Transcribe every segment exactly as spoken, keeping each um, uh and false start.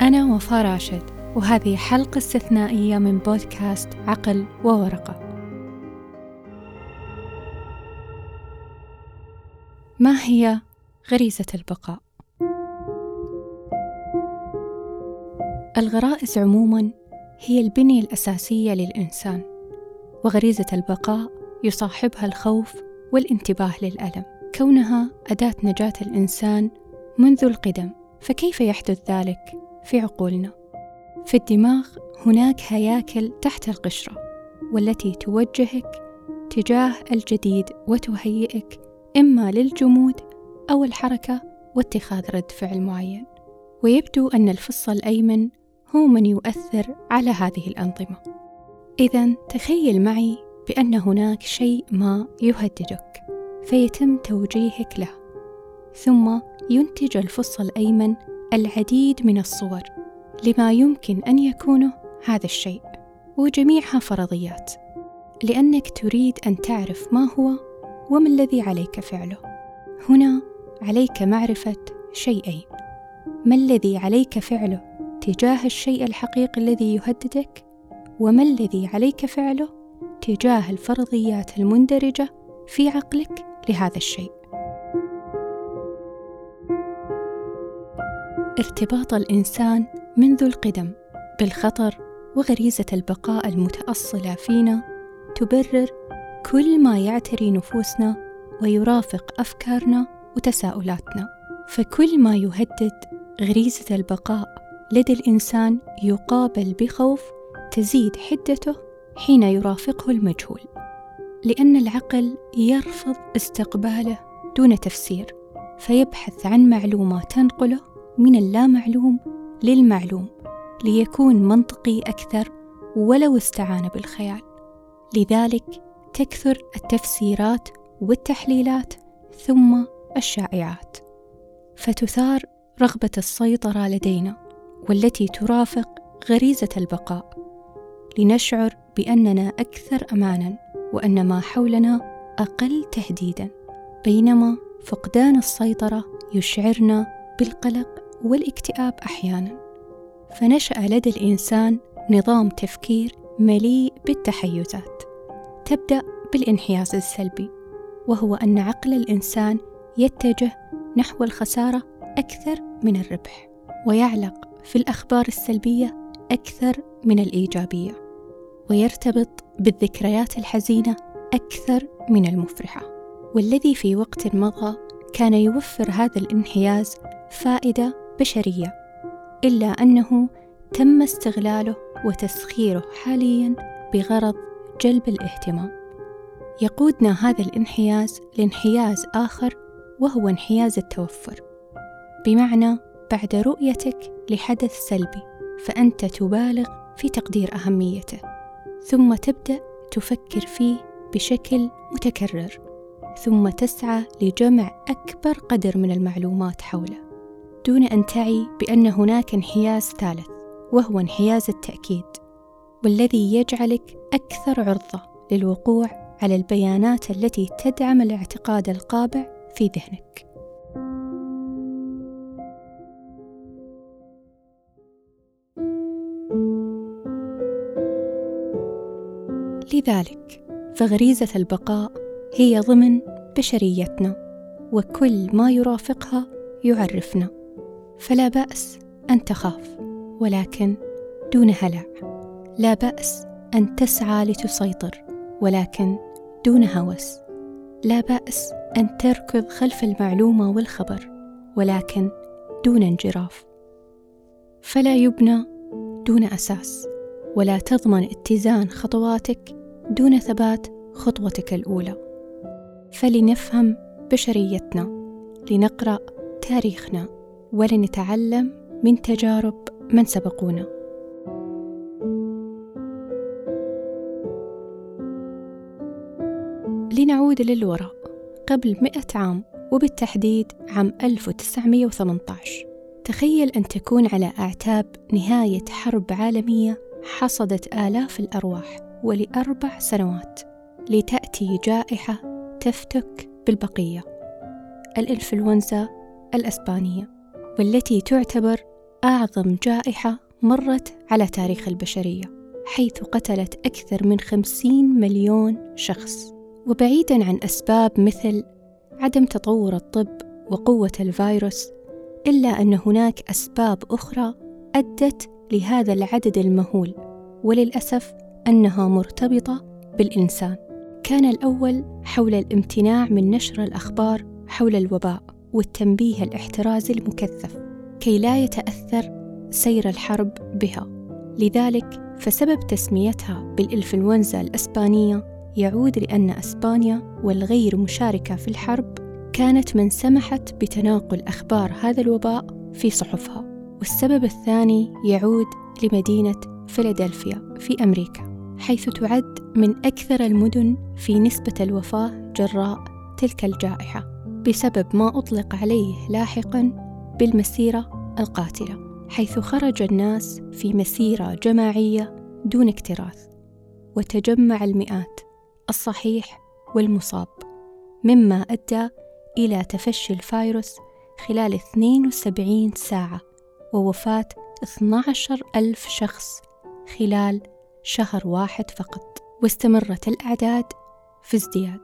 أنا وفاء راشد، وهذه حلقة استثنائية من بودكاست عقل وورقة. ما هي غريزة البقاء؟ الغرائز عموماً هي البنية الأساسية للإنسان، وغريزة البقاء يصاحبها الخوف والانتباه للألم، كونها أداة نجاة الإنسان منذ القدم. فكيف يحدث ذلك في عقولنا؟ في الدماغ هناك هياكل تحت القشرة، والتي توجهك تجاه الجديد وتهيئك إما للجمود أو الحركة واتخاذ رد فعل معين. ويبدو أن الفص الأيمن هو من يؤثر على هذه الأنظمة. إذن تخيل معي بأن هناك شيء ما يهددك، فيتم توجيهك له، ثم ينتج الفص الأيمن العديد من الصور لما يمكن أن يكونه هذا الشيء، وجميعها فرضيات، لأنك تريد أن تعرف ما هو وما الذي عليك فعله. هنا عليك معرفة شيئين: ما الذي عليك فعله تجاه الشيء الحقيقي الذي يهددك، وما الذي عليك فعله تجاه الفرضيات المندرجة في عقلك لهذا الشيء. ارتباط الإنسان منذ القدم بالخطر وغريزة البقاء المتأصلة فينا تبرر كل ما يعتري نفوسنا ويرافق أفكارنا وتساؤلاتنا. فكل ما يهدد غريزة البقاء لدى الإنسان يقابل بخوف تزيد حدته حين يرافقه المجهول، لأن العقل يرفض استقباله دون تفسير، فيبحث عن معلومة تنقله من اللامعلوم للمعلوم ليكون منطقي أكثر ولو استعان بالخيال. لذلك تكثر التفسيرات والتحليلات ثم الشائعات، فتثار رغبة السيطرة لدينا والتي ترافق غريزة البقاء، لنشعر بأننا أكثر أماناً وأن ما حولنا أقل تهديداً، بينما فقدان السيطرة يشعرنا بالقلق والاكتئاب أحياناً. فنشأ لدى الإنسان نظام تفكير مليء بالتحيزات، تبدأ بالانحياز السلبي، وهو أن عقل الإنسان يتجه نحو الخسارة أكثر من الربح، ويعلق في الأخبار السلبية أكثر من الإيجابية، ويرتبط بالذكريات الحزينة أكثر من المفرحة. والذي في وقت مضى كان يوفر هذا الانحياز فائدة بشرية، إلا أنه تم استغلاله وتسخيره حالياً بغرض جلب الاهتمام. يقودنا هذا الانحياز لانحياز آخر، وهو انحياز التوفر، بمعنى بعد رؤيتك لحدث سلبي فأنت تبالغ في تقدير أهميته، ثم تبدأ تفكر فيه بشكل متكرر، ثم تسعى لجمع أكبر قدر من المعلومات حوله، دون أن تعي بأن هناك انحياز ثالث، وهو انحياز التأكيد، والذي يجعلك أكثر عرضة للوقوع على البيانات التي تدعم الاعتقاد القابع في ذهنك. لذلك فغريزة البقاء هي ضمن بشريتنا، وكل ما يرافقها يعرفنا. فلا بأس أن تخاف، ولكن دون هلع. لا بأس أن تسعى لتسيطر، ولكن دون هوس. لا بأس أن تركض خلف المعلومة والخبر، ولكن دون انجراف. فلا يبنى دون أساس، ولا تضمن اتزان خطواتك دون ثبات خطوتك الأولى. فلنفهم بشريتنا، لنقرأ تاريخنا، ولنتعلم من تجارب من سبقونا. لنعود للوراء قبل مئة عام، وبالتحديد عام ألف وتسعمئة وثمانية عشر. تخيل أن تكون على أعتاب نهاية حرب عالمية حصدت آلاف الأرواح ولأربع سنوات، لتأتي جائحة تفتك بالبقية، الإنفلونزا الأسبانية، والتي تعتبر أعظم جائحة مرت على تاريخ البشرية، حيث قتلت أكثر من خمسين مليون شخص. وبعيداً عن أسباب مثل عدم تطور الطب وقوة الفيروس، إلا أن هناك أسباب أخرى أدت لهذا العدد المهول، وللأسف أنها مرتبطة بالإنسان. كان الأول حول الامتناع من نشر الأخبار حول الوباء والتنبيه الاحترازي المكثف كي لا يتأثر سير الحرب بها. لذلك فسبب تسميتها بالإنفلونزا الإسبانية يعود لأن إسبانيا والغير مشاركة في الحرب كانت من سمحت بتناقل أخبار هذا الوباء في صحفها. والسبب الثاني يعود لمدينة فيلادلفيا في أمريكا، حيث تعد من أكثر المدن في نسبة الوفاة جراء تلك الجائحة، بسبب ما أطلق عليه لاحقاً بالمسيرة القاتلة، حيث خرج الناس في مسيرة جماعية دون اكتراث، وتجمع المئات الصحيح والمصاب، مما أدى إلى تفشي الفيروس خلال اثنين وسبعين ساعة ووفاة اثني عشر ألف شخص خلال شهر واحد فقط، واستمرت الأعداد في ازدياد.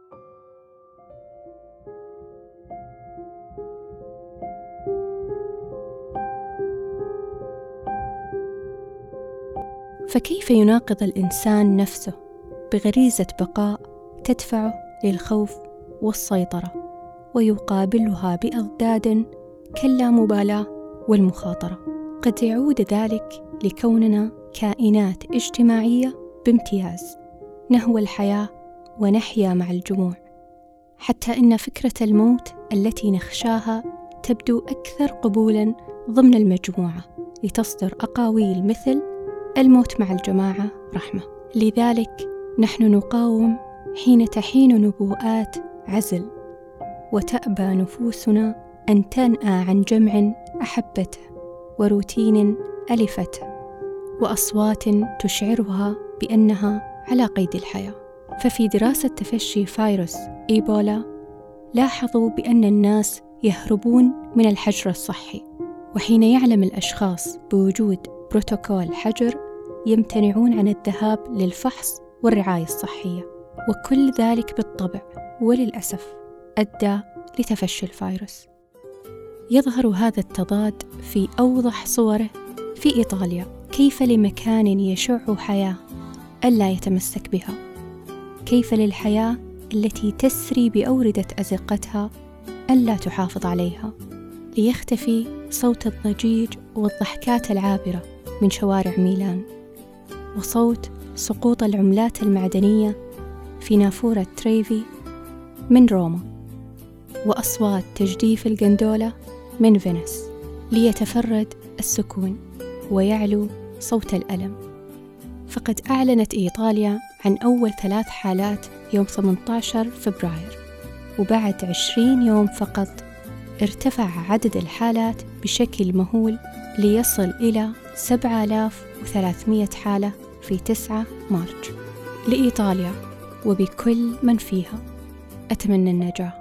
فكيف يناقض الإنسان نفسه بغريزة بقاء تدفعه للخوف والسيطرة، ويقابلها بأضداد كاللامبالاة والمخاطرة؟ قد يعود ذلك لكوننا كائنات اجتماعية بامتياز، نهوى الحياة ونحيا مع الجموع، حتى إن فكرة الموت التي نخشاها تبدو أكثر قبولاً ضمن المجموعة، لتصدر أقاويل مثل الموت مع الجماعة رحمة. لذلك نحن نقاوم حين تحين نبوءات عزل، وتأبى نفوسنا أن تنأى عن جمع أحبته وروتين ألفته وأصوات تشعرها بأنها على قيد الحياة. ففي دراسة تفشي فيروس إيبولا لاحظوا بأن الناس يهربون من الحجر الصحي، وحين يعلم الأشخاص بوجود بروتوكول حجر يمتنعون عن الذهاب للفحص والرعاية الصحية، وكل ذلك بالطبع وللأسف أدى لتفشي الفيروس. يظهر هذا التضاد في أوضح صوره في إيطاليا، كيف لمكان يشع حياة ألا يتمسك بها، كيف للحياة التي تسري بأوردة أزقتها ألا تحافظ عليها، ليختفي صوت الضجيج والضحكات العابرة من شوارع ميلان، وصوت سقوط العملات المعدنية في نافورة تريفي من روما، وأصوات تجديف الجندولة من فينيس، ليتفرد السكون ويعلو صوت الألم. فقد أعلنت إيطاليا عن أول ثلاث حالات يوم ثمانية عشر فبراير، وبعد عشرين يوم فقط ارتفع عدد الحالات بشكل مهول ليصل إلى سبعة آلاف وثلاثمئة حالة في تسعة مارس. لإيطاليا وبكل من فيها أتمنى النجاة،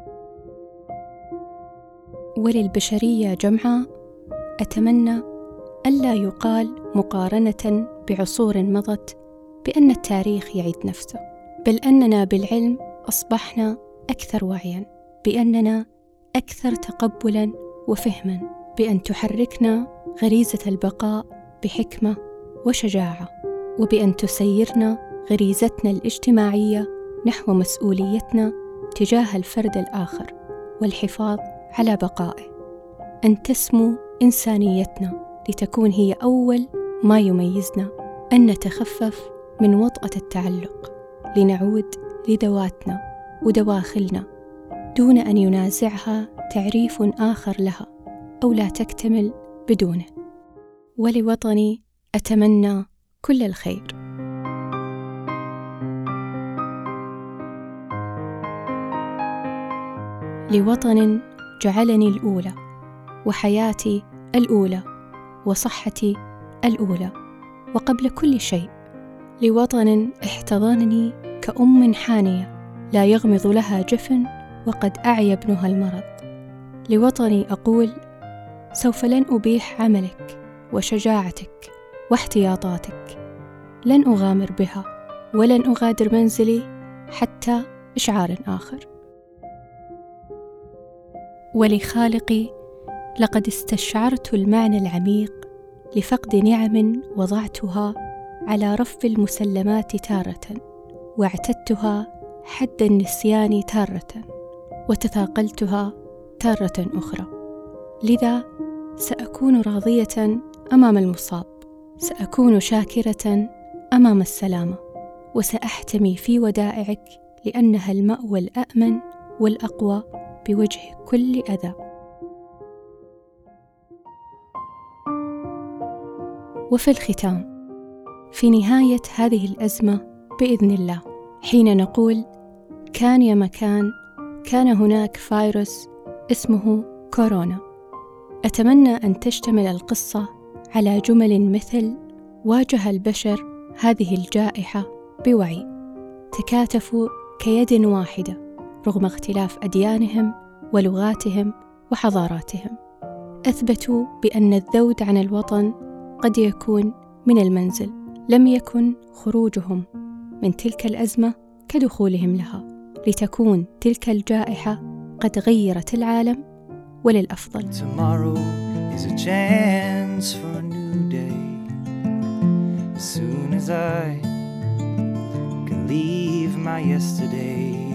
وللبشرية جمعاء أتمنى ألا يقال مقارنة بعصور مضت بأن التاريخ يعيد نفسه، بل أننا بالعلم أصبحنا أكثر وعياً، بأننا أكثر تقبلاً وفهماً، بأن تحركنا غريزة البقاء بحكمة وشجاعة، وبأن تسيرنا غريزتنا الاجتماعية نحو مسؤوليتنا تجاه الفرد الآخر والحفاظ على بقائه، أن تسمو إنسانيتنا لتكون هي أول ما يميزنا، أن نتخفف من وطأة التعلق لنعود لذواتنا ودواخلنا دون أن ينازعها تعريف آخر لها أو لا تكتمل بدونه. ولوطني أتمنى كل الخير. لوطن جعلني الأولى وحياتي الأولى وصحتي الأولى وقبل كل شيء، لوطن احتضنني كأم حانية لا يغمض لها جفن وقد أعيا ابنها المرض، لوطني أقول سوف لن أبيح عملك وشجاعتك واحتياطاتك، لن أغامر بها ولن أغادر منزلي حتى إشعار آخر. ولخالقي لقد استشعرت المعنى العميق لفقد نعم وضعتها على رف المسلمات تارة، واعتدتها حد النسيان تارة، وتثاقلتها تارة أخرى. لذا سأكون راضية أمام المصاب، سأكون شاكرة أمام السلامة، وسأحتمي في ودائعك لأنها المأوى الأأمن والأقوى بوجه كل أذى. وفي الختام، في نهاية هذه الأزمة بإذن الله، حين نقول كان يا مكان كان هناك فيروس اسمه كورونا، أتمنى أن تشتمل القصة على جمل مثل: واجه البشر هذه الجائحة بوعي، تكاتفوا كيد واحدة رغم اختلاف أديانهم ولغاتهم وحضاراتهم، أثبتوا بأن الذود عن الوطن قد يكون من المنزل، لم يكن خروجهم من تلك الأزمة كدخولهم لها، لتكون تلك الجائحة قد غيرت العالم وللأفضل. Tomorrow is a chance for a new day. As soon as I can leave my yesterday.